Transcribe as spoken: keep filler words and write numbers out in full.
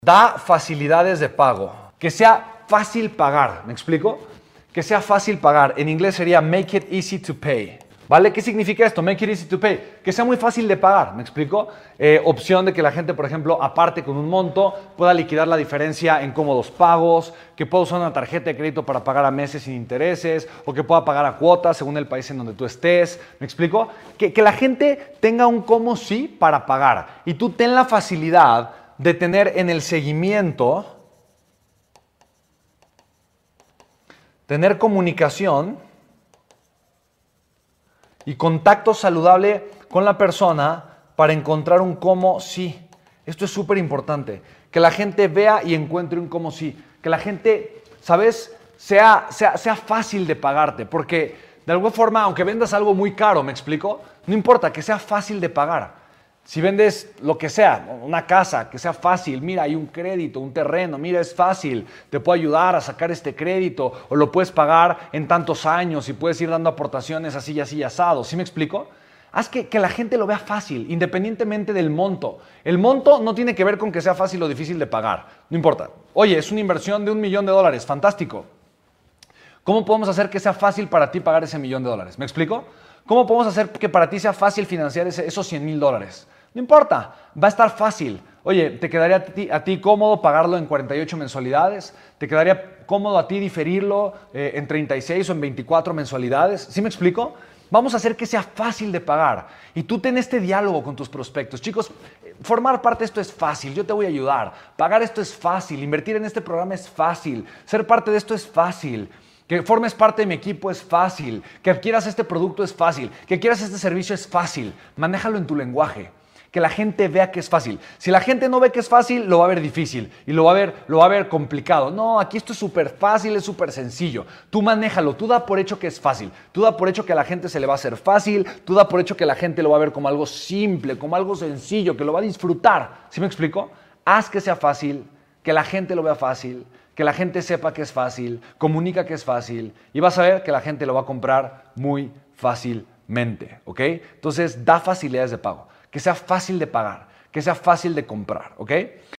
Da facilidades de pago. Que sea fácil pagar. ¿Me explico? Que sea fácil pagar. En inglés sería make it easy to pay. ¿Vale? ¿Qué significa esto? Make it easy to pay. Que sea muy fácil de pagar. ¿Me explico? Eh, opción de que la gente, por ejemplo, aparte con un monto, pueda liquidar la diferencia en cómodos pagos, que pueda usar una tarjeta de crédito para pagar a meses sin intereses, o que pueda pagar a cuotas según el país en donde tú estés. ¿Me explico? Que, que la gente tenga un cómo sí para pagar. Y tú ten la facilidad de tener en el seguimiento, tener comunicación y contacto saludable con la persona para encontrar un cómo sí. Esto es súper importante. Que la gente vea y encuentre un cómo sí. Que la gente, ¿sabes? Sea, sea, sea fácil de pagarte. Porque de alguna forma, aunque vendas algo muy caro, ¿me explico? No importa, que sea fácil de pagar. Si vendes lo que sea, una casa, que sea fácil, mira, hay un crédito, un terreno, mira, es fácil, te puedo ayudar a sacar este crédito o lo puedes pagar en tantos años y puedes ir dando aportaciones así y así y asado. ¿Sí me explico? Haz que, que la gente lo vea fácil, independientemente del monto. El monto no tiene que ver con que sea fácil o difícil de pagar, no importa. Oye, es una inversión de un millón de dólares, fantástico. ¿Cómo podemos hacer que sea fácil para ti pagar ese millón de dólares? ¿Me explico? ¿Cómo podemos hacer que para ti sea fácil financiar ese, esos cien mil dólares? No importa, va a estar fácil. Oye, ¿te quedaría a ti, a ti cómodo pagarlo en cuarenta y ocho mensualidades? ¿Te quedaría cómodo a ti diferirlo eh, en treinta y seis o en veinticuatro mensualidades? ¿Sí me explico? Vamos a hacer que sea fácil de pagar. Y tú ten este diálogo con tus prospectos. Chicos, formar parte de esto es fácil. Yo te voy a ayudar. Pagar esto es fácil. Invertir en este programa es fácil. Ser parte de esto es fácil. Que formes parte de mi equipo es fácil. Que adquieras este producto es fácil. Que quieras este servicio es fácil. Manéjalo en tu lenguaje. Que la gente vea que es fácil. Si la gente no ve que es fácil, lo va a ver difícil y lo va a ver, lo va a ver complicado. No, aquí esto es súper fácil, es súper sencillo. Tú manéjalo, tú da por hecho que es fácil. Tú da por hecho que a la gente se le va a hacer fácil. Tú da por hecho que la gente lo va a ver como algo simple, como algo sencillo, que lo va a disfrutar. ¿Sí me explico? Haz que sea fácil, que la gente lo vea fácil, que la gente sepa que es fácil, comunica que es fácil y vas a ver que la gente lo va a comprar muy fácilmente, ¿ok? Entonces, da facilidades de pago. Que sea fácil de pagar, que sea fácil de comprar, ¿ok?